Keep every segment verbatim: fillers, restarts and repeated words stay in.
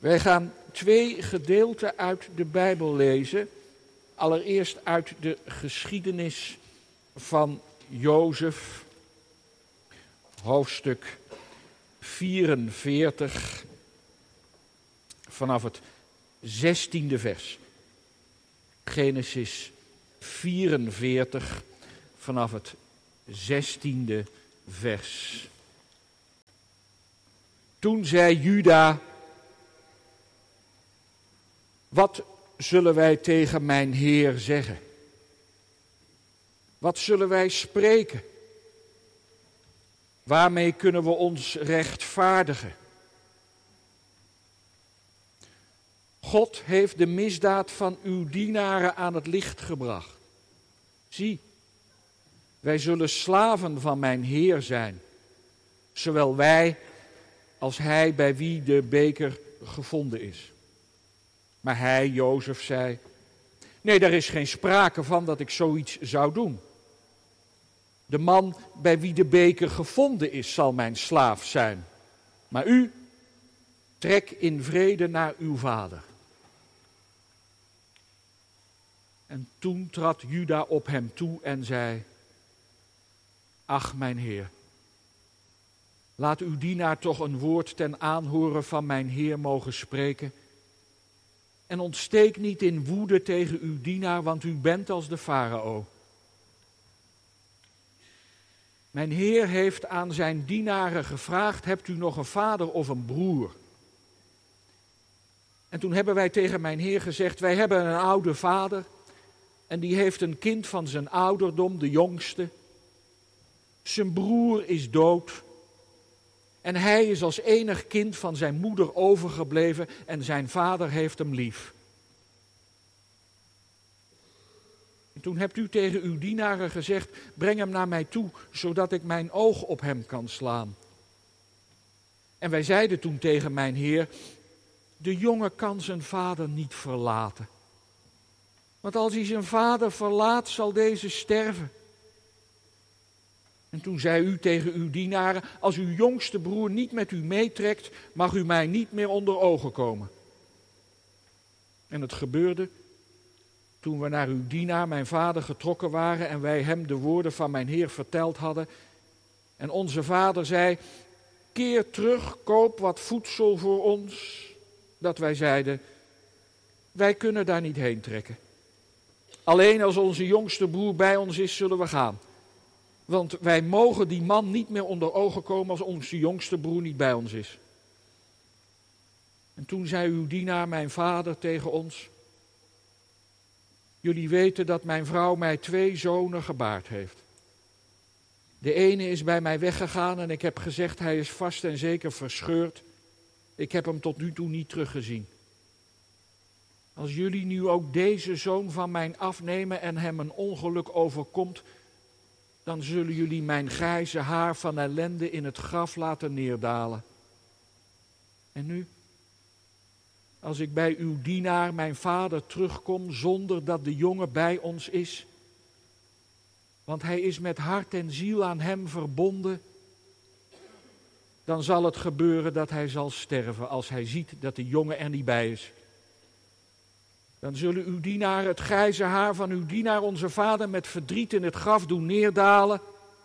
Wij gaan twee gedeelten uit de Bijbel lezen. Allereerst uit de geschiedenis van Jozef, hoofdstuk vierenveertig, vanaf het zestiende vers. Genesis vierenveertig, vanaf het zestiende vers. Toen zei Juda: wat zullen wij tegen mijn Heer zeggen? Wat zullen wij spreken? Waarmee kunnen we ons rechtvaardigen? God heeft de misdaad van uw dienaren aan het licht gebracht. Zie, wij zullen slaven van mijn Heer zijn, zowel wij als hij bij wie de beker gevonden is. Maar hij, Jozef, zei: nee, daar is geen sprake van dat ik zoiets zou doen. De man bij wie de beker gevonden is, zal mijn slaaf zijn. Maar u, trek in vrede naar uw vader. En toen trad Juda op hem toe en zei: ach, mijn Heer, laat uw dienaar toch een woord ten aanhoren van mijn Heer mogen spreken. En ontsteek niet in woede tegen uw dienaar, want u bent als de farao. Mijn Heer heeft aan zijn dienaren gevraagd: hebt u nog een vader of een broer? En toen hebben wij tegen mijn Heer gezegd: wij hebben een oude vader en die heeft een kind van zijn ouderdom, de jongste. Zijn broer is dood en hij is als enig kind van zijn moeder overgebleven en zijn vader heeft hem lief. En toen hebt u tegen uw dienaren gezegd: breng hem naar mij toe, zodat ik mijn oog op hem kan slaan. En wij zeiden toen tegen mijn Heer: de jongen kan zijn vader niet verlaten. Want als hij zijn vader verlaat, zal deze sterven. En toen zei u tegen uw dienaren: als uw jongste broer niet met u meetrekt, mag u mij niet meer onder ogen komen. En het gebeurde toen we naar uw dienaar, mijn vader, getrokken waren en wij hem de woorden van mijn Heer verteld hadden. En onze vader zei: keer terug, koop wat voedsel voor ons. Dat wij zeiden: wij kunnen daar niet heen trekken. Alleen als onze jongste broer bij ons is, zullen we gaan. Want wij mogen die man niet meer onder ogen komen als onze jongste broer niet bij ons is. En toen zei uw dienaar, mijn vader, tegen ons: jullie weten dat mijn vrouw mij twee zonen gebaard heeft. De ene is bij mij weggegaan en ik heb gezegd: hij is vast en zeker verscheurd. Ik heb hem tot nu toe niet teruggezien. Als jullie nu ook deze zoon van mij afnemen en hem een ongeluk overkomt, dan zullen jullie mijn grijze haar van ellende in het graf laten neerdalen. En nu, als ik bij uw dienaar, mijn vader, terugkom zonder dat de jongen bij ons is, want hij is met hart en ziel aan hem verbonden, dan zal het gebeuren dat hij zal sterven als hij ziet dat de jongen er niet bij is. Dan zullen uw dienaar het grijze haar van uw dienaar, onze vader, met verdriet in het graf doen neerdalen.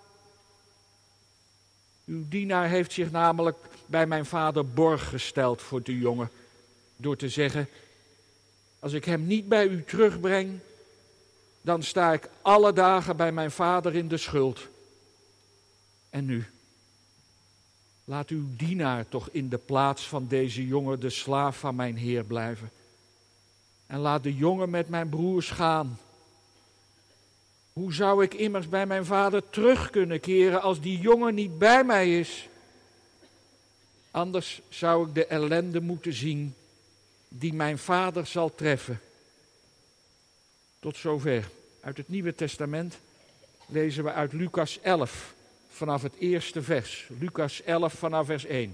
Uw dienaar heeft zich namelijk bij mijn vader borg gesteld voor de jongen, door te zeggen: als ik hem niet bij u terugbreng, dan sta ik alle dagen bij mijn vader in de schuld. En nu, laat uw dienaar toch in de plaats van deze jongen de slaaf van mijn Heer blijven. En laat de jongen met mijn broers gaan. Hoe zou ik immers bij mijn vader terug kunnen keren als die jongen niet bij mij is? Anders zou ik de ellende moeten zien die mijn vader zal treffen. Tot zover. Uit het Nieuwe Testament lezen we uit Lucas elf, vanaf het eerste vers. Lucas elf, vanaf vers één.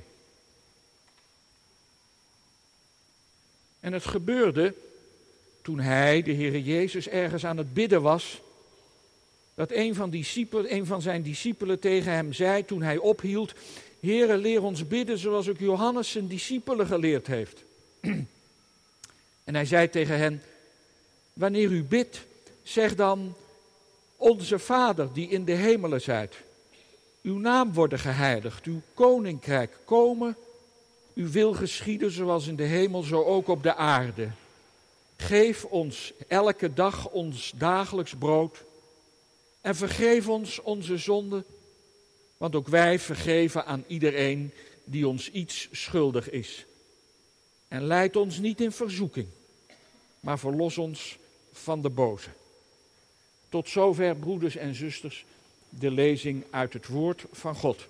En het gebeurde, toen hij, de Heere Jezus, ergens aan het bidden was, dat een van, discipelen, een van zijn discipelen tegen hem zei, toen hij ophield: Heere, leer ons bidden zoals ook Johannes zijn discipelen geleerd heeft. En hij zei tegen hen, wanneer u bidt, zeg dan, onze Vader die in de hemelen zijt. Uw naam worden geheiligd, uw koninkrijk komen, uw wil geschieden zoals in de hemel, zo ook op de aarde. Geef ons elke dag ons dagelijks brood en vergeef ons onze zonden, want ook wij vergeven aan iedereen die ons iets schuldig is. En leid ons niet in verzoeking, maar verlos ons van de boze. Tot zover, broeders en zusters, de lezing uit het woord van God.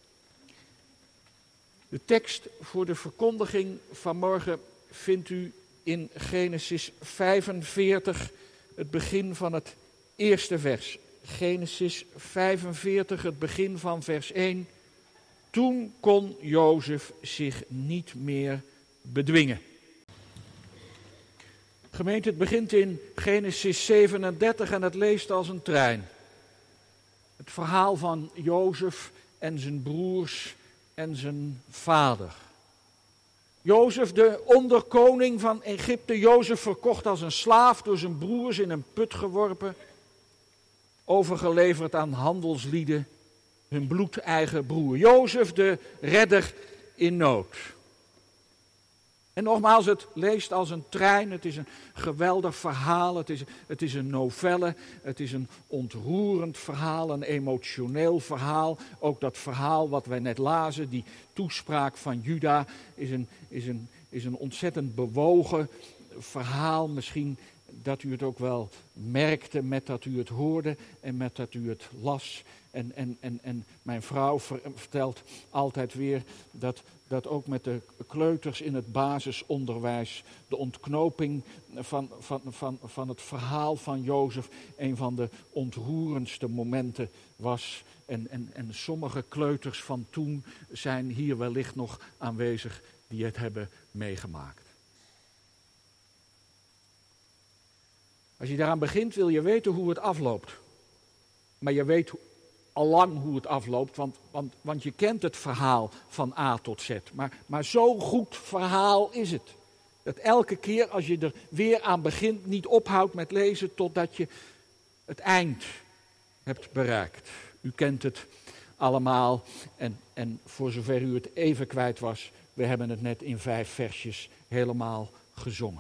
De tekst voor de verkondiging vanmorgen vindt u in Genesis vijfenveertig, het begin van het eerste vers. Genesis vijfenveertig, het begin van vers één. Toen kon Jozef zich niet meer bedwingen. Gemeente, het begint in Genesis zevenendertig en het leest als een trein. Het verhaal van Jozef en zijn broers en zijn vader. Jozef, de onderkoning van Egypte, Jozef verkocht als een slaaf door zijn broers in een put geworpen, overgeleverd aan handelslieden, hun bloedeigen broer. Jozef, de redder in nood. En nogmaals, het leest als een trein, het is een geweldig verhaal, het is, het is een novelle, het is een ontroerend verhaal, een emotioneel verhaal. Ook dat verhaal wat wij net lazen, die toespraak van Juda, is een, is een, is een ontzettend bewogen verhaal. Misschien dat u het ook wel merkte met dat u het hoorde en met dat u het las. En, en, en, en mijn vrouw ver, vertelt altijd weer dat, dat ook met de kleuters in het basisonderwijs de ontknoping van, van, van, van het verhaal van Jozef een van de ontroerendste momenten was. En, en, en sommige kleuters van toen zijn hier wellicht nog aanwezig die het hebben meegemaakt. Als je daaraan begint wil je weten hoe het afloopt. Maar je weet allang hoe het afloopt, want, want, want je kent het verhaal van A tot Z. Maar, maar zo'n goed verhaal is het. Dat elke keer als je er weer aan begint niet ophoudt met lezen totdat je het eind hebt bereikt. U kent het allemaal en, en voor zover u het even kwijt was, we hebben het net in vijf versjes helemaal gezongen.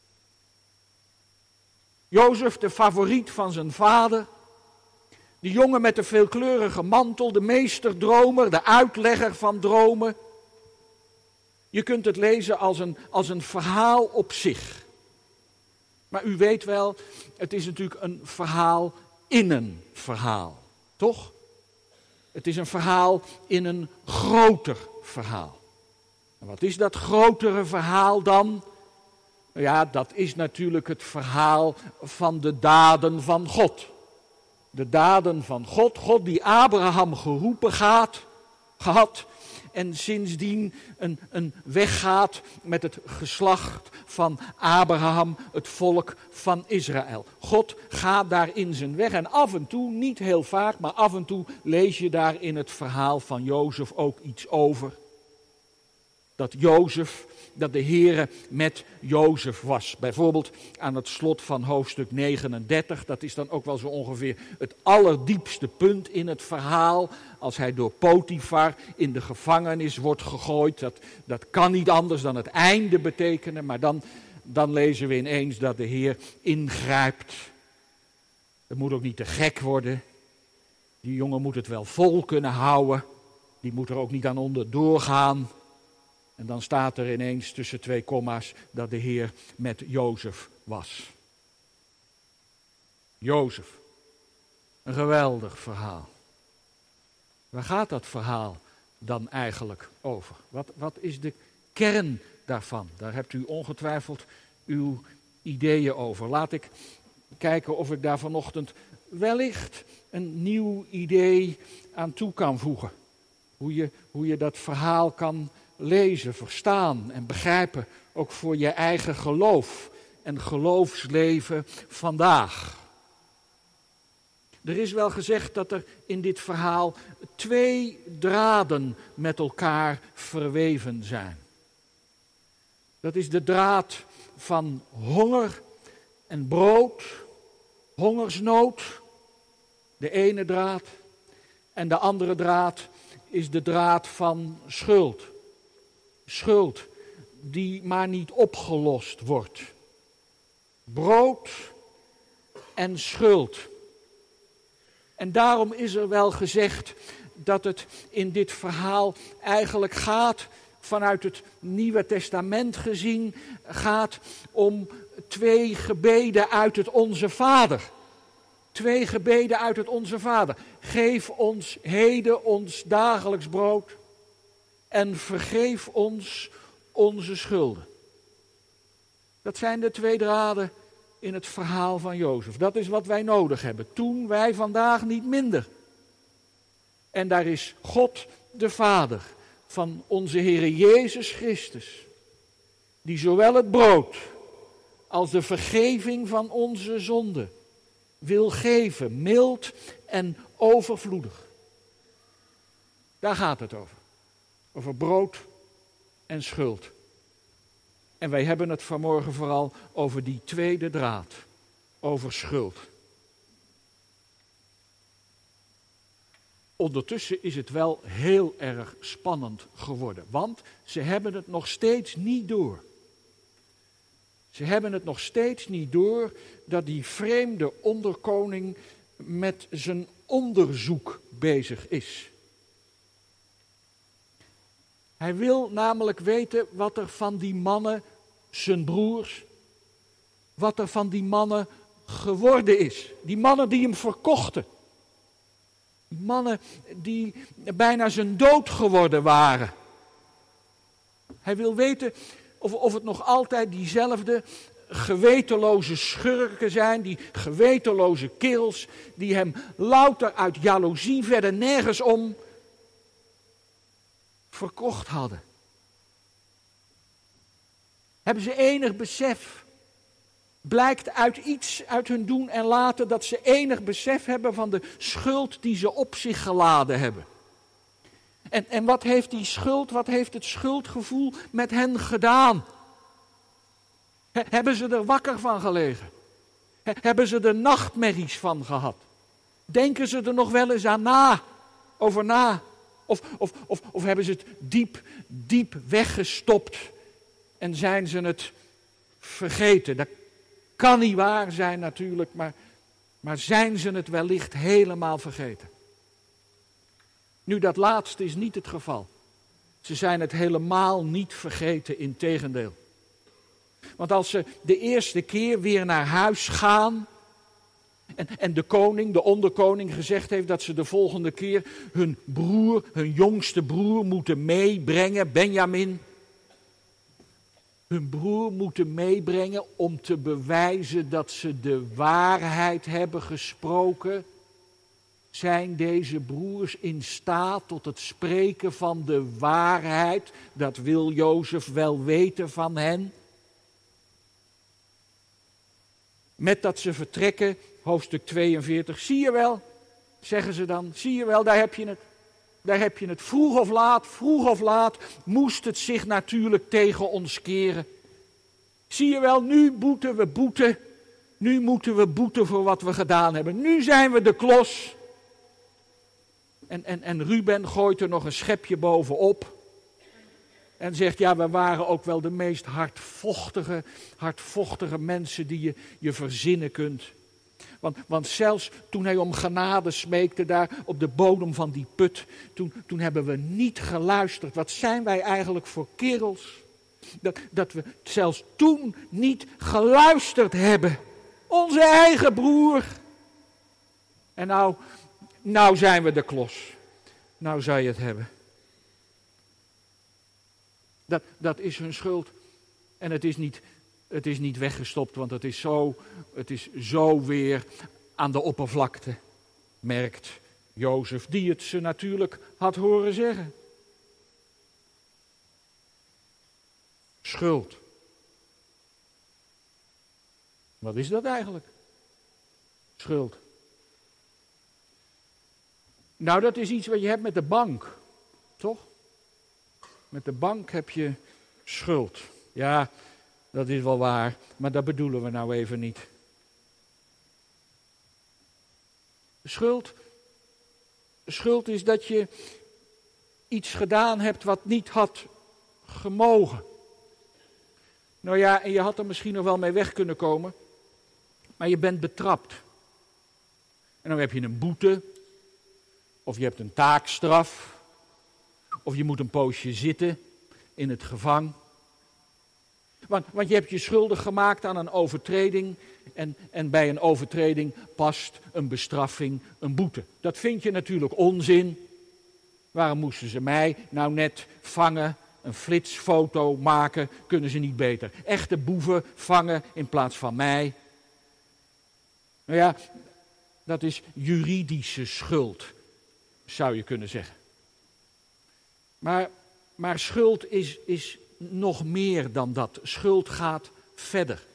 Jozef, de favoriet van zijn vader, de jongen met de veelkleurige mantel, de meesterdromer, de uitlegger van dromen. Je kunt het lezen als een, als een verhaal op zich. Maar u weet wel, het is natuurlijk een verhaal in een verhaal, toch? Het is een verhaal in een groter verhaal. En wat is dat grotere verhaal dan? Ja, dat is natuurlijk het verhaal van de daden van God. De daden van God, God die Abraham geroepen gaat, gehad en sindsdien een, een weg gaat met het geslacht van Abraham, het volk van Israël. God gaat daar in zijn weg en af en toe, niet heel vaak, maar af en toe lees je daar in het verhaal van Jozef ook iets over. Dat Jozef, dat de Heere met Jozef was. Bijvoorbeeld aan het slot van hoofdstuk negenendertig, dat is dan ook wel zo ongeveer het allerdiepste punt in het verhaal. Als hij door Potifar in de gevangenis wordt gegooid, dat, dat kan niet anders dan het einde betekenen. Maar dan, dan lezen we ineens dat de Heer ingrijpt. Het moet ook niet te gek worden. Die jongen moet het wel vol kunnen houden. Die moet er ook niet aan onderdoor gaan. En dan staat er ineens tussen twee komma's dat de Heer met Jozef was. Jozef. Een geweldig verhaal. Waar gaat dat verhaal dan eigenlijk over? Wat, wat is de kern daarvan? Daar hebt u ongetwijfeld uw ideeën over. Laat ik kijken of ik daar vanochtend wellicht een nieuw idee aan toe kan voegen. Hoe je, hoe je dat verhaal kan lezen, verstaan en begrijpen, ook voor je eigen geloof en geloofsleven vandaag. Er is wel gezegd dat er in dit verhaal twee draden met elkaar verweven zijn. Dat is de draad van honger en brood, hongersnood, de ene draad. En de andere draad is de draad van schuld. Schuld die maar niet opgelost wordt. Brood en schuld. En daarom is er wel gezegd dat het in dit verhaal eigenlijk gaat, vanuit het Nieuwe Testament gezien, gaat om twee gebeden uit het Onze Vader. Twee gebeden uit het Onze Vader. Geef ons heden ons dagelijks brood en vergeef ons onze schulden. Dat zijn de twee draden in het verhaal van Jozef. Dat is wat wij nodig hebben. Toen, wij vandaag niet minder. En daar is God de Vader van onze Heere Jezus Christus, die zowel het brood als de vergeving van onze zonden wil geven, mild en overvloedig. Daar gaat het over. Over brood en schuld. En wij hebben het vanmorgen vooral over die tweede draad, over schuld. Ondertussen is het wel heel erg spannend geworden, want ze hebben het nog steeds niet door. Ze hebben het nog steeds niet door dat die vreemde onderkoning met zijn onderzoek bezig is. Hij wil namelijk weten wat er van die mannen, zijn broers, wat er van die mannen geworden is. Die mannen die hem verkochten. Die mannen die bijna zijn dood geworden waren. Hij wil weten of, of het nog altijd diezelfde gewetenloze schurken zijn, die gewetenloze kerels, die hem louter uit jaloezie, verder nergens om, verkocht hadden. Hebben ze enig besef, blijkt uit iets uit hun doen en laten, dat ze enig besef hebben van de schuld die ze op zich geladen hebben. En, en wat heeft die schuld, wat heeft het schuldgevoel met hen gedaan? He, hebben ze er wakker van gelegen? He, hebben ze er nachtmerries van gehad? Denken ze er nog wel eens aan na, over na? Of, of, of, of hebben ze het diep, diep weggestopt en zijn ze het vergeten? Dat kan niet waar zijn natuurlijk, maar, maar zijn ze het wellicht helemaal vergeten? Nu, dat laatste is niet het geval. Ze zijn het helemaal niet vergeten, integendeel. Want als ze de eerste keer weer naar huis gaan en, en de koning, de onderkoning, gezegd heeft dat ze de volgende keer hun broer, hun jongste broer moeten meebrengen, Benjamin. Hun broer moeten meebrengen om te bewijzen dat ze de waarheid hebben gesproken. Zijn deze broers in staat tot het spreken van de waarheid? Dat wil Jozef wel weten van hen. Met dat ze vertrekken, hoofdstuk tweeënveertig, zie je wel, zeggen ze dan, zie je wel, daar heb je het. Daar heb je het. Vroeg of laat, vroeg of laat moest het zich natuurlijk tegen ons keren. Zie je wel, nu moeten we boeten. Nu moeten we boeten voor wat we gedaan hebben. Nu zijn we de klos. En, en, en Ruben gooit er nog een schepje bovenop. En zegt, ja, we waren ook wel de meest hardvochtige, hardvochtige mensen die je, je verzinnen kunt. Want, want zelfs toen hij om genade smeekte daar op de bodem van die put, toen, toen hebben we niet geluisterd. Wat zijn wij eigenlijk voor kerels? Dat, dat we zelfs toen niet geluisterd hebben. Onze eigen broer. En nou, nou zijn we de klos. Nou zou je het hebben. Dat, dat is hun schuld. En het is niet, het is niet weggestopt, want het is, zo, het is zo weer aan de oppervlakte, merkt Jozef, die het ze natuurlijk had horen zeggen. Schuld. Wat is dat eigenlijk? Schuld. Nou, dat is iets wat je hebt met de bank, toch? Met de bank heb je schuld. Ja, dat is wel waar, maar dat bedoelen we nou even niet. Schuld, schuld is dat je iets gedaan hebt wat niet had gemogen. Nou ja, en je had er misschien nog wel mee weg kunnen komen, maar je bent betrapt. En dan heb je een boete, of je hebt een taakstraf, of je moet een poosje zitten in het gevang. Want, want je hebt je schuldig gemaakt aan een overtreding en, en bij een overtreding past een bestraffing, een boete. Dat vind je natuurlijk onzin. Waarom moesten ze mij nou net vangen, een flitsfoto maken, kunnen ze niet beter. Echte boeven vangen in plaats van mij. Nou ja, dat is juridische schuld, zou je kunnen zeggen. Maar, maar schuld is, is nog meer dan dat. Schuld gaat verder.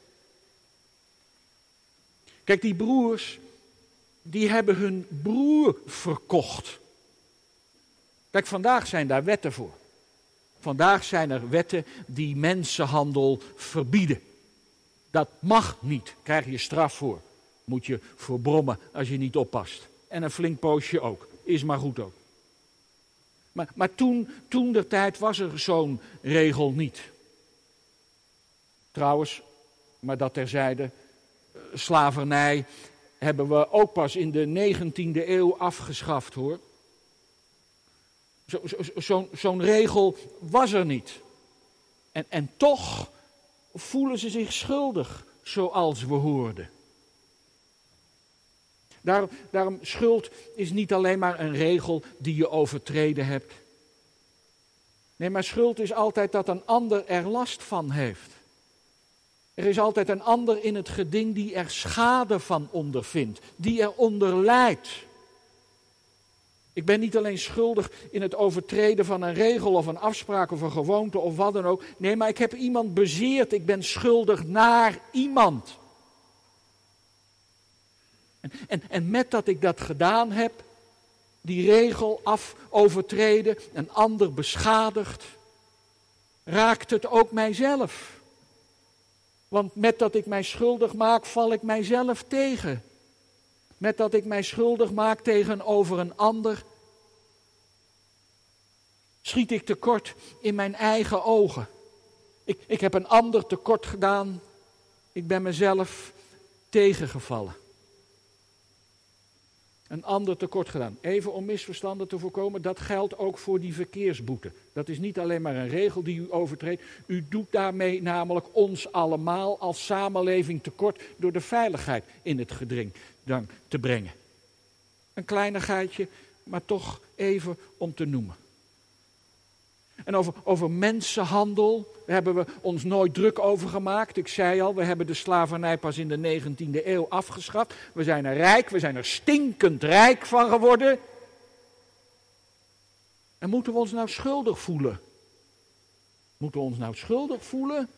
Kijk, die broers, die hebben hun broer verkocht. Kijk, vandaag zijn daar wetten voor. Vandaag zijn er wetten die mensenhandel verbieden. Dat mag niet, krijg je straf voor. Moet je voor brommen als je niet oppast. En een flink poosje ook, is maar goed ook. Maar, maar toen, toen der tijd was er zo'n regel niet. Trouwens, maar dat terzijde, slavernij hebben we ook pas in de negentiende eeuw afgeschaft, hoor. Zo, zo, zo, zo'n regel was er niet. En, en toch voelen ze zich schuldig, zoals we hoorden. Daarom, daarom, schuld is niet alleen maar een regel die je overtreden hebt. Nee, maar schuld is altijd dat een ander er last van heeft. Er is altijd een ander in het geding die er schade van ondervindt, die er onder lijdt. Ik ben niet alleen schuldig in het overtreden van een regel of een afspraak of een gewoonte of wat dan ook. Nee, maar ik heb iemand bezeerd, ik ben schuldig naar iemand. En, en, en met dat ik dat gedaan heb, die regel af overtreden, een ander beschadigd, raakt het ook mijzelf. Want met dat ik mij schuldig maak, val ik mijzelf tegen. Met dat ik mij schuldig maak tegenover een ander, schiet ik tekort in mijn eigen ogen. Ik, ik heb een ander tekort gedaan, ik ben mezelf tegengevallen. Een ander tekort gedaan. Even om misverstanden te voorkomen, dat geldt ook voor die verkeersboete. Dat is niet alleen maar een regel die u overtreedt. U doet daarmee namelijk ons allemaal als samenleving tekort door de veiligheid in het geding te brengen. Een kleinigheidje, maar toch even om te noemen. En over, over mensenhandel hebben we ons nooit druk over gemaakt. Ik zei al, we hebben de slavernij pas in de negentiende eeuw afgeschaft. We zijn er rijk, we zijn er stinkend rijk van geworden. En moeten we ons nou schuldig voelen? Moeten we ons nou schuldig voelen?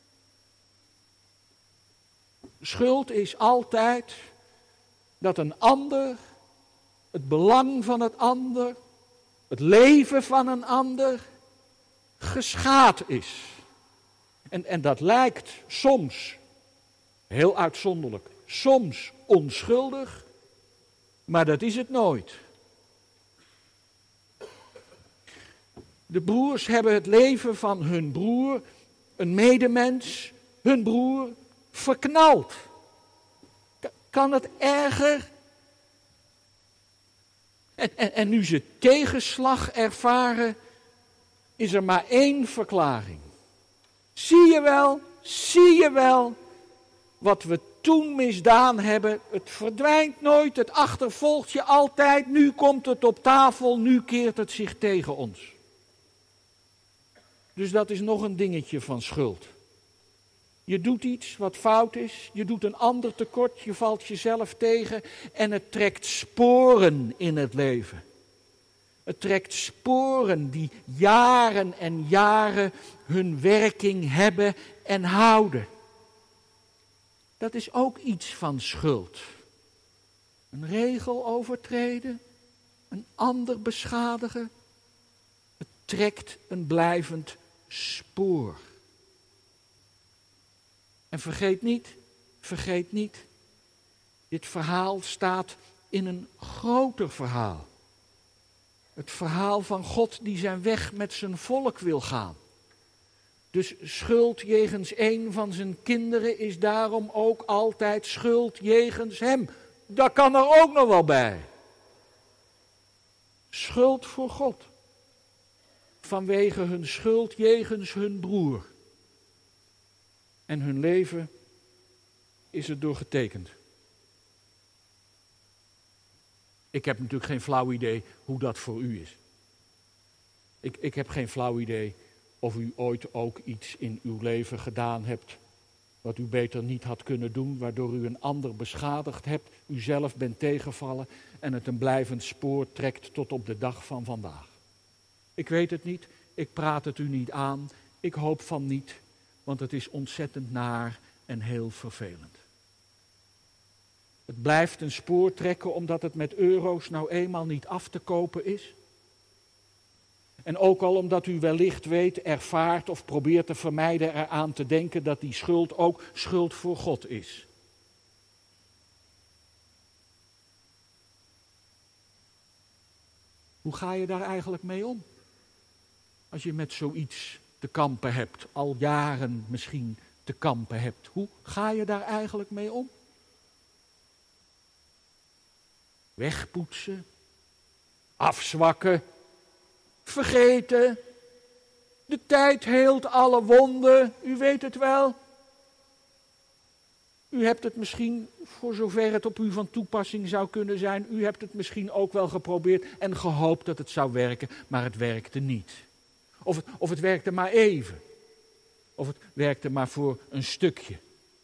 Schuld is altijd dat een ander, het belang van het ander, het leven van een ander geschaad is. En, en dat lijkt soms, heel uitzonderlijk, soms onschuldig, maar dat is het nooit. De broers hebben het leven van hun broer, een medemens, hun broer, verknald. Kan het erger? En, en, en nu ze tegenslag ervaren, is er maar één verklaring. Zie je wel, zie je wel, wat we toen misdaan hebben, het verdwijnt nooit, het achtervolgt je altijd, nu komt het op tafel, nu keert het zich tegen ons. Dus dat is nog een dingetje van schuld. Je doet iets wat fout is, je doet een ander tekort, je valt jezelf tegen en het trekt sporen in het leven. Het trekt sporen die jaren en jaren hun werking hebben en houden. Dat is ook iets van schuld. Een regel overtreden, een ander beschadigen. Het trekt een blijvend spoor. En vergeet niet, vergeet niet, dit verhaal staat in een groter verhaal. Het verhaal van God die zijn weg met zijn volk wil gaan. Dus schuld jegens een van zijn kinderen is daarom ook altijd schuld jegens hem. Dat kan er ook nog wel bij. Schuld voor God. Vanwege hun schuld jegens hun broer. En hun leven is er door getekend. Ik heb natuurlijk geen flauw idee hoe dat voor u is. Ik, ik heb geen flauw idee of u ooit ook iets in uw leven gedaan hebt wat u beter niet had kunnen doen, waardoor u een ander beschadigd hebt, u zelf bent tegengevallen en het een blijvend spoor trekt tot op de dag van vandaag. Ik weet het niet, ik praat het u niet aan, ik hoop van niet, want het is ontzettend naar en heel vervelend. Het blijft een spoor trekken omdat het met euro's nou eenmaal niet af te kopen is. En ook al omdat u wellicht weet, ervaart of probeert te vermijden eraan te denken dat die schuld ook schuld voor God is. Hoe ga je daar eigenlijk mee om? Als je met zoiets te kampen hebt, al jaren misschien te kampen hebt. Hoe ga je daar eigenlijk mee om? Wegpoetsen, afzwakken, vergeten. De tijd heelt alle wonden, u weet het wel. U hebt het misschien, voor zover het op u van toepassing zou kunnen zijn, u hebt het misschien ook wel geprobeerd en gehoopt dat het zou werken, maar het werkte niet. Of het, of het werkte maar even. Of het werkte maar voor een stukje.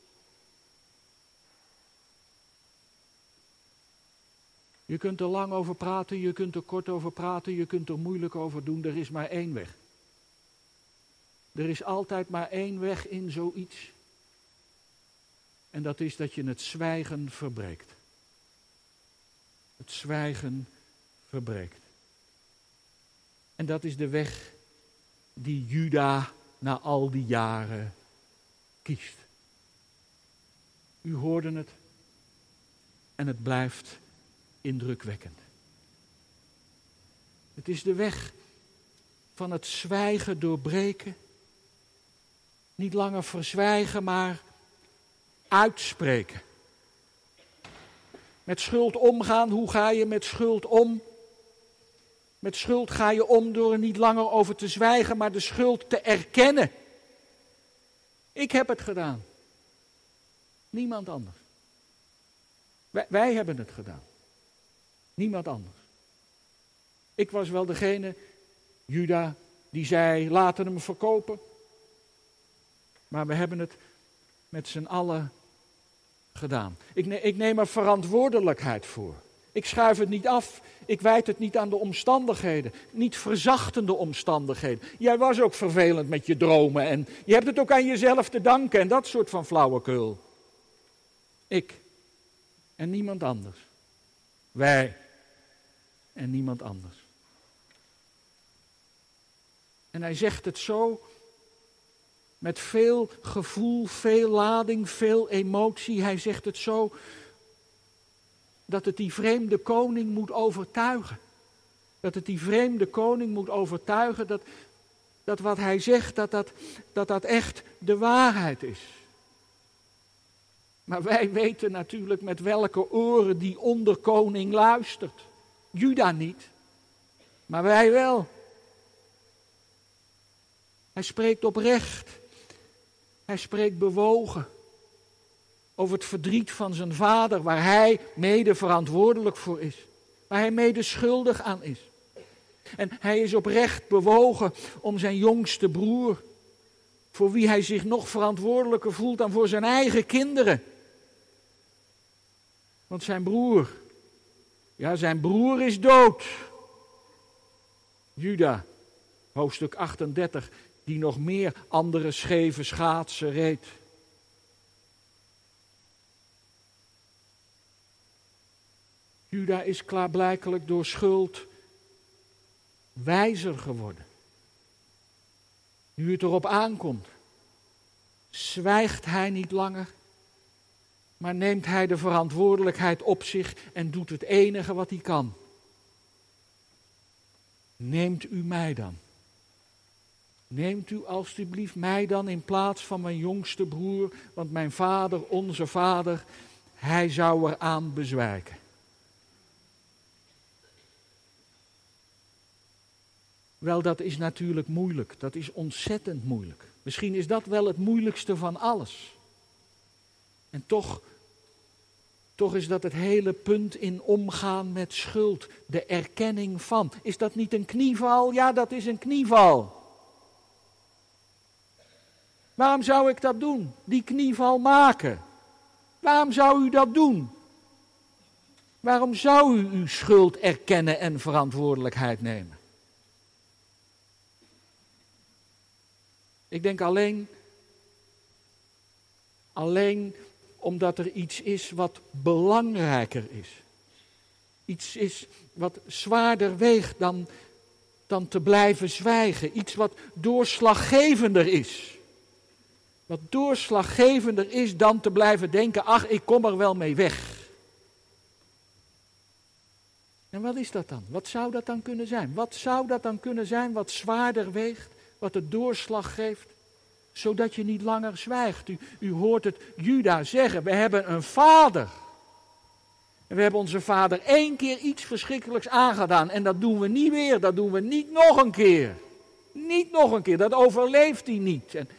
Je kunt er lang over praten, je kunt er kort over praten, je kunt er moeilijk over doen. Er is maar één weg. Er is altijd maar één weg in zoiets. En dat is dat je het zwijgen verbreekt. Het zwijgen verbreekt. En dat is de weg die Juda na al die jaren kiest. U hoorde het. En het blijft indrukwekkend. Het is de weg van het zwijgen doorbreken. Niet langer verzwijgen, maar uitspreken. Met schuld omgaan, hoe ga je met schuld om? Met schuld ga je om door er niet langer over te zwijgen, maar de schuld te erkennen. Ik heb het gedaan. Niemand anders. Wij, wij hebben het gedaan. Niemand anders. Ik was wel degene, Juda, die zei, laten hem verkopen. Maar we hebben het met z'n allen gedaan. Ik, ne- ik neem er verantwoordelijkheid voor. Ik schuif het niet af. Ik wijd het niet aan de omstandigheden. Niet verzachtende omstandigheden. Jij was ook vervelend met je dromen. En je hebt het ook aan jezelf te danken. En dat soort van flauwekul. Ik. En niemand anders. Wij. En niemand anders. En hij zegt het zo. Met veel gevoel, veel lading, veel emotie. Hij zegt het zo. Dat het die vreemde koning moet overtuigen. Dat het die vreemde koning moet overtuigen dat, dat wat hij zegt, dat dat, dat dat echt de waarheid is. Maar wij weten natuurlijk met welke oren die onderkoning luistert. Juda niet, maar wij wel. Hij spreekt oprecht. Hij spreekt bewogen. Over het verdriet van zijn vader, waar hij mede verantwoordelijk voor is. Waar hij mede schuldig aan is. En hij is oprecht bewogen om zijn jongste broer, voor wie hij zich nog verantwoordelijker voelt dan voor zijn eigen kinderen. Want zijn broer, ja, zijn broer is dood. Juda, hoofdstuk achtendertig, die nog meer andere scheve schaatsen reed. Juda is klaarblijkelijk door schuld wijzer geworden. Nu het erop aankomt. Zwijgt hij niet langer, maar neemt hij de verantwoordelijkheid op zich en doet het enige wat hij kan. Neemt u mij dan. Neemt u alstublieft mij dan in plaats van mijn jongste broer, want mijn vader, onze vader, hij zou eraan bezwijken. Wel, dat is natuurlijk moeilijk. Dat is ontzettend moeilijk. Misschien is dat wel het moeilijkste van alles. En toch, toch is dat het hele punt in omgaan met schuld. De erkenning van. Is dat niet een knieval? Ja, dat is een knieval. Waarom zou ik dat doen? Die knieval maken. Waarom zou u dat doen? Waarom zou u uw schuld erkennen en verantwoordelijkheid nemen? Ik denk alleen, alleen omdat er iets is wat belangrijker is. Iets is wat zwaarder weegt dan, dan te blijven zwijgen. Iets wat doorslaggevender is. Wat doorslaggevender is dan te blijven denken, ach, ik kom er wel mee weg. En wat is dat dan? Wat zou dat dan kunnen zijn? Wat zou dat dan kunnen zijn wat zwaarder weegt? Wat de doorslag geeft, zodat je niet langer zwijgt. U, u hoort het Juda zeggen, we hebben een vader. En we hebben onze vader één keer iets verschrikkelijks aangedaan. En dat doen we niet weer, dat doen we niet nog een keer. Niet nog een keer, dat overleeft hij niet. En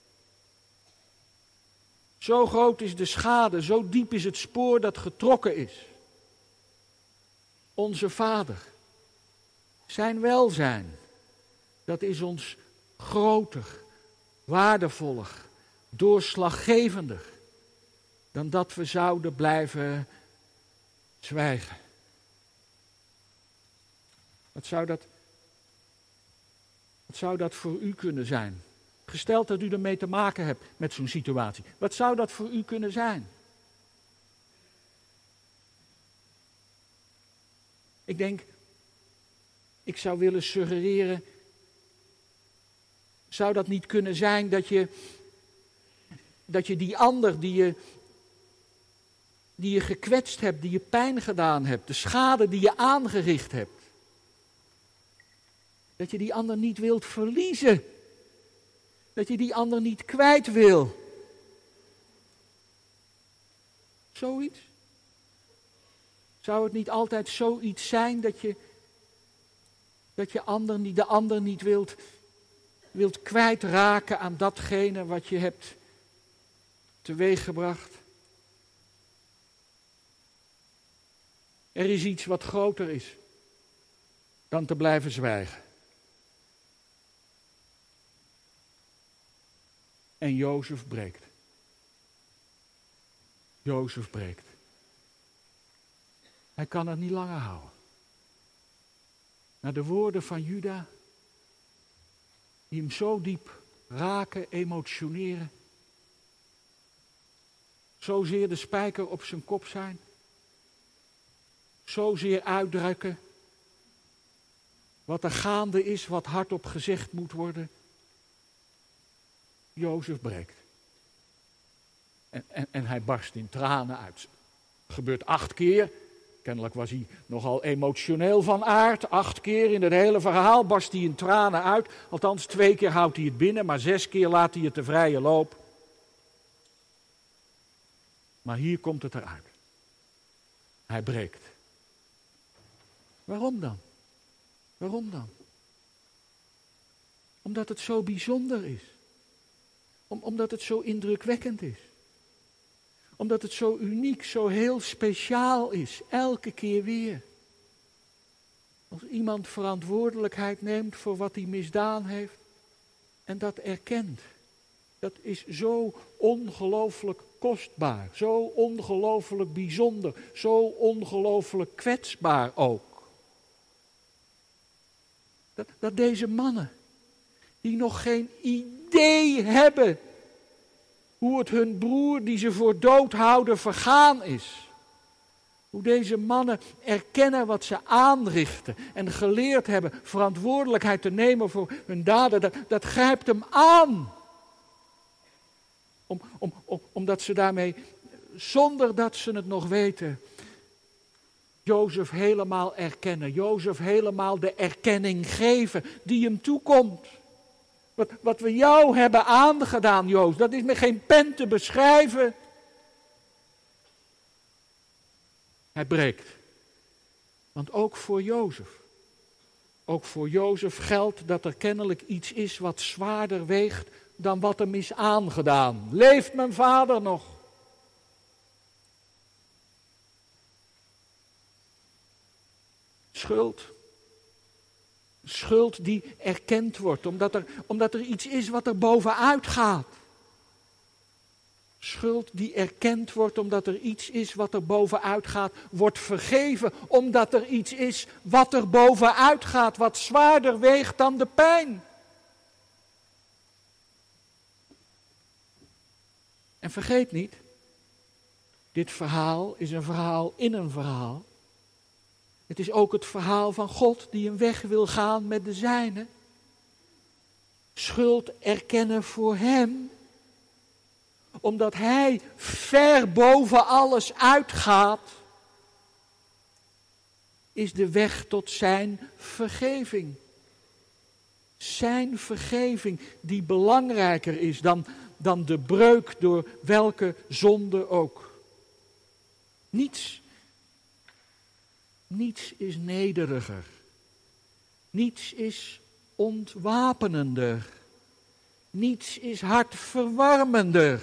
zo groot is de schade, zo diep is het spoor dat getrokken is. Onze vader, zijn welzijn, dat is ons groter, waardevoller, doorslaggevender dan dat we zouden blijven zwijgen. Wat zou dat, wat zou dat voor u kunnen zijn? Gesteld dat u ermee te maken hebt met zo'n situatie. Wat zou dat voor u kunnen zijn? Ik denk, ik zou willen suggereren, zou dat niet kunnen zijn dat je, dat je die ander die je, die je gekwetst hebt, die je pijn gedaan hebt, de schade die je aangericht hebt, dat je die ander niet wilt verliezen. Dat je die ander niet kwijt wil. Zoiets? Zou het niet altijd zoiets zijn dat je, dat je ander, niet, de ander niet wilt, wilt kwijtraken aan datgene wat je hebt teweeggebracht? Er is iets wat groter is dan te blijven zwijgen. En Jozef breekt. Jozef breekt. Hij kan het niet langer houden. Naar de woorden van Juda, die hem zo diep raken, emotioneren, zozeer de spijker op zijn kop zijn, zozeer uitdrukken wat er gaande is, wat hardop gezegd moet worden. Jozef breekt. En, en, en hij barst in tranen uit. Dat gebeurt acht keer. Kennelijk was hij nogal emotioneel van aard. Acht keer in het hele verhaal barst hij in tranen uit. Althans, twee keer houdt hij het binnen, maar zes keer laat hij het de vrije loop. Maar hier komt het eruit. Hij breekt. Waarom dan? Waarom dan? Omdat het zo bijzonder is. Om, omdat het zo indrukwekkend is. Omdat het zo uniek, zo heel speciaal is. Elke keer weer. Als iemand verantwoordelijkheid neemt voor wat hij misdaan heeft. En dat erkent. Dat is zo ongelooflijk kostbaar. Zo ongelooflijk bijzonder. Zo ongelooflijk kwetsbaar ook. Dat, dat deze mannen, die nog geen idee hebben hoe het hun broer die ze voor dood houden vergaan is. Hoe deze mannen erkennen wat ze aanrichten en geleerd hebben verantwoordelijkheid te nemen voor hun daden. Dat, dat grijpt hem aan. Om, om, om, omdat ze daarmee, zonder dat ze het nog weten, Jozef helemaal erkennen. Jozef helemaal de erkenning geven die hem toekomt. Wat, wat we jou hebben aangedaan, Jozef, dat is met geen pen te beschrijven. Hij breekt. Want ook voor Jozef, ook voor Jozef geldt dat er kennelijk iets is wat zwaarder weegt dan wat hem is aangedaan. Leeft mijn vader nog? Schuld. Schuld die erkend wordt, omdat er, omdat er iets is wat er bovenuit gaat. Schuld die erkend wordt omdat er iets is wat er bovenuit gaat, wordt vergeven omdat er iets is wat er bovenuit gaat, wat zwaarder weegt dan de pijn. En vergeet niet, dit verhaal is een verhaal in een verhaal. Het is ook het verhaal van God die een weg wil gaan met de zijnen. Schuld erkennen voor hem, omdat hij ver boven alles uitgaat, is de weg tot zijn vergeving. Zijn vergeving die belangrijker is dan, dan de breuk door welke zonde ook. Niets, niets is nederiger. Niets is ontwapenender. Niets is hartverwarmender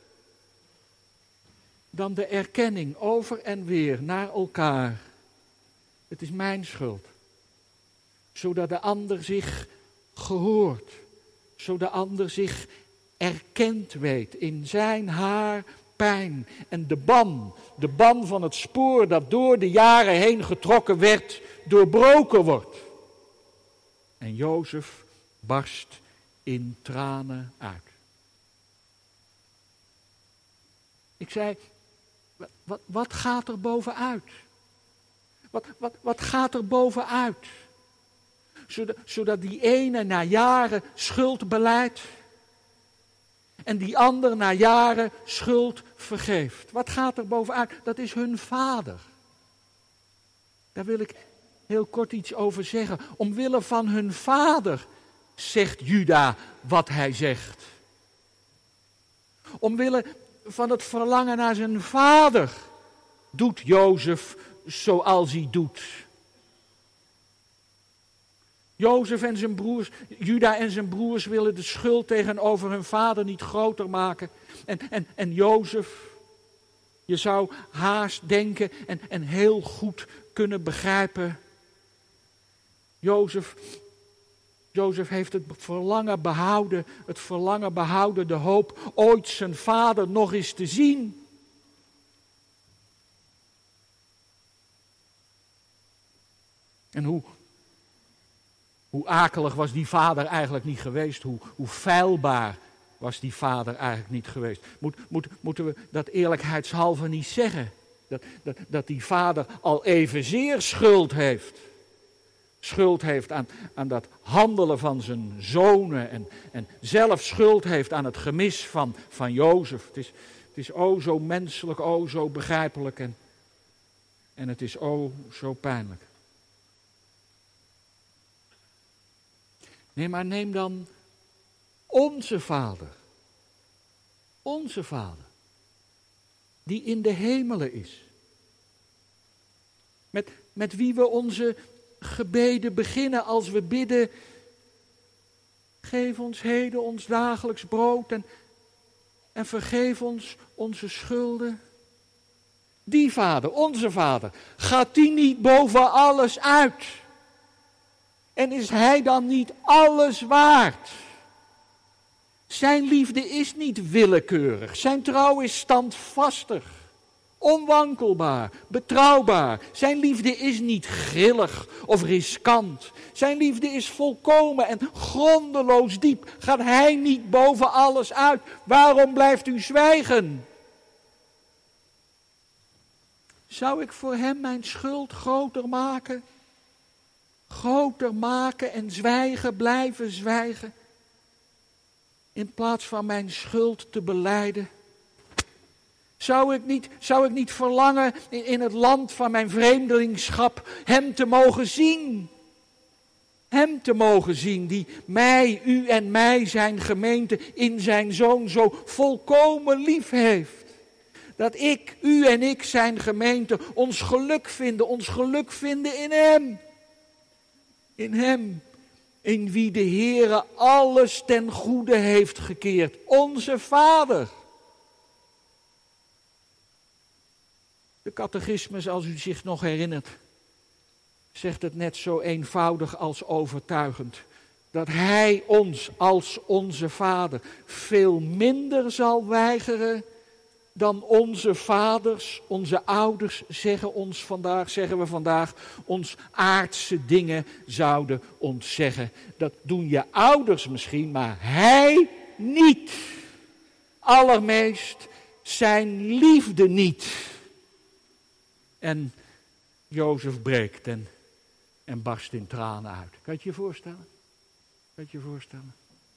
dan de erkenning over en weer naar elkaar. Het is mijn schuld. Zodat de ander zich gehoord, zodat de ander zich erkend weet in zijn haar pijn. En de ban, de ban van het spoor dat door de jaren heen getrokken werd, doorbroken wordt. En Jozef barst in tranen uit. Ik zei, wat, wat gaat er bovenuit? Wat, wat, wat gaat er bovenuit? Zodat, zodat die ene na jaren schuld beleidt en die ander na jaren schuld vergeeft. Wat gaat er bovenuit? Dat is hun vader. Daar wil ik heel kort iets over zeggen. Omwille van hun vader zegt Juda wat hij zegt. Omwille van het verlangen naar zijn vader doet Jozef zoals hij doet. Jozef en zijn broers, Juda en zijn broers willen de schuld tegenover hun vader niet groter maken. En, en, en Jozef, je zou haast denken en, en heel goed kunnen begrijpen. Jozef, Jozef heeft het verlangen behouden, het verlangen behouden, de hoop ooit zijn vader nog eens te zien. En hoe, hoe akelig was die vader eigenlijk niet geweest, hoe, hoe feilbaar was die vader eigenlijk niet geweest. Moet, moet, moeten we dat eerlijkheidshalve niet zeggen, dat, dat, dat die vader al evenzeer schuld heeft. Schuld heeft aan, aan dat handelen van zijn zonen en, en zelf schuld heeft aan het gemis van, van Jozef. Het is, het is o zo menselijk, o zo begrijpelijk en, en het is o zo pijnlijk. Nee, maar neem dan onze vader. Onze vader. Die in de hemelen is. Met, met wie we onze gebeden beginnen als we bidden. Geef ons heden ons dagelijks brood en, en vergeef ons onze schulden. Die vader, onze vader, gaat die niet boven alles uit? En is hij dan niet alles waard? Zijn liefde is niet willekeurig. Zijn trouw is standvastig, onwankelbaar, betrouwbaar. Zijn liefde is niet grillig of riskant. Zijn liefde is volkomen en grondeloos diep. Gaat hij niet boven alles uit? Waarom blijft u zwijgen? Zou ik voor hem mijn schuld groter maken? Groter maken en zwijgen, blijven zwijgen? In plaats van mijn schuld te belijden. Zou ik niet, zou ik niet verlangen in, in het land van mijn vreemdelingschap hem te mogen zien? Hem te mogen zien die mij, u en mij, zijn gemeente, in zijn Zoon zo volkomen lief heeft. Dat ik, u en ik, zijn gemeente, ons geluk vinden, ons geluk vinden in hem. In hem, in wie de Heere alles ten goede heeft gekeerd. Onze Vader. De catechismus, als u zich nog herinnert, zegt het net zo eenvoudig als overtuigend. Dat hij ons als onze Vader veel minder zal weigeren dan onze vaders, onze ouders, zeggen, ons vandaag, zeggen we vandaag, ons aardse dingen zouden ontzeggen. Dat doen je ouders misschien, maar hij niet. Allermeest zijn liefde niet. En Jozef breekt en, en barst in tranen uit. Kan je het je voorstellen? Kan je het je voorstellen?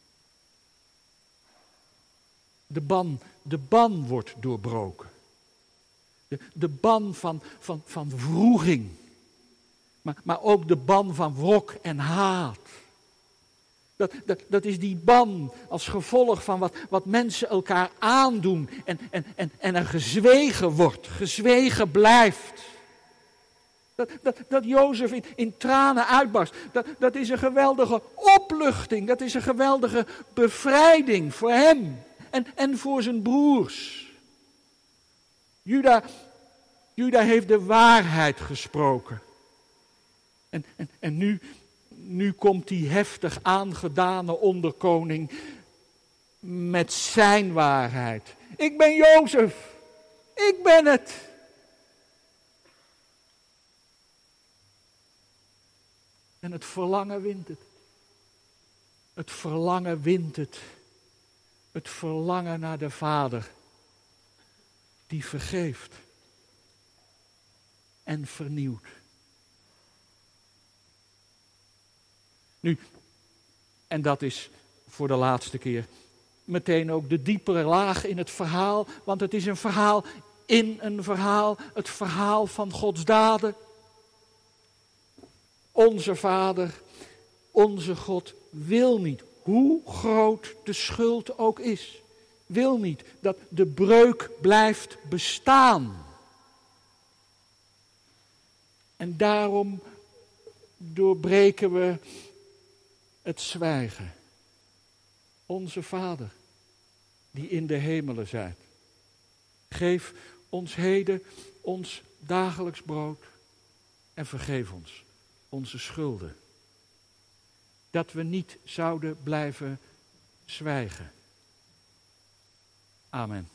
De ban, de ban wordt doorbroken. De, de ban van, van, van wroeging. Maar, maar ook de ban van wrok en haat. Dat, dat, dat is die ban als gevolg van wat, wat mensen elkaar aandoen. En, en, en, en er gezwegen wordt, gezwegen blijft. Dat, dat, dat Jozef in, in tranen uitbarst. Dat, dat is een geweldige opluchting. Dat is een geweldige bevrijding voor hem. En, en voor zijn broers. Juda, Juda heeft de waarheid gesproken. En, en, en nu, nu komt die heftig aangedane onderkoning met zijn waarheid. Ik ben Jozef. Ik ben het. En het verlangen wint het. Het verlangen wint het. Het verlangen naar de Vader. Die vergeeft. En vernieuwt. Nu, en dat is voor de laatste keer meteen ook de diepere laag in het verhaal. Want het is een verhaal in een verhaal. Het verhaal van Gods daden. Onze Vader, onze God wil niet, hoe groot de schuld ook is, wil niet dat de breuk blijft bestaan. En daarom doorbreken we het zwijgen. Onze Vader, die in de hemelen zijt, geef ons heden ons dagelijks brood en vergeef ons onze schulden. Dat we niet zouden blijven zwijgen. Amen.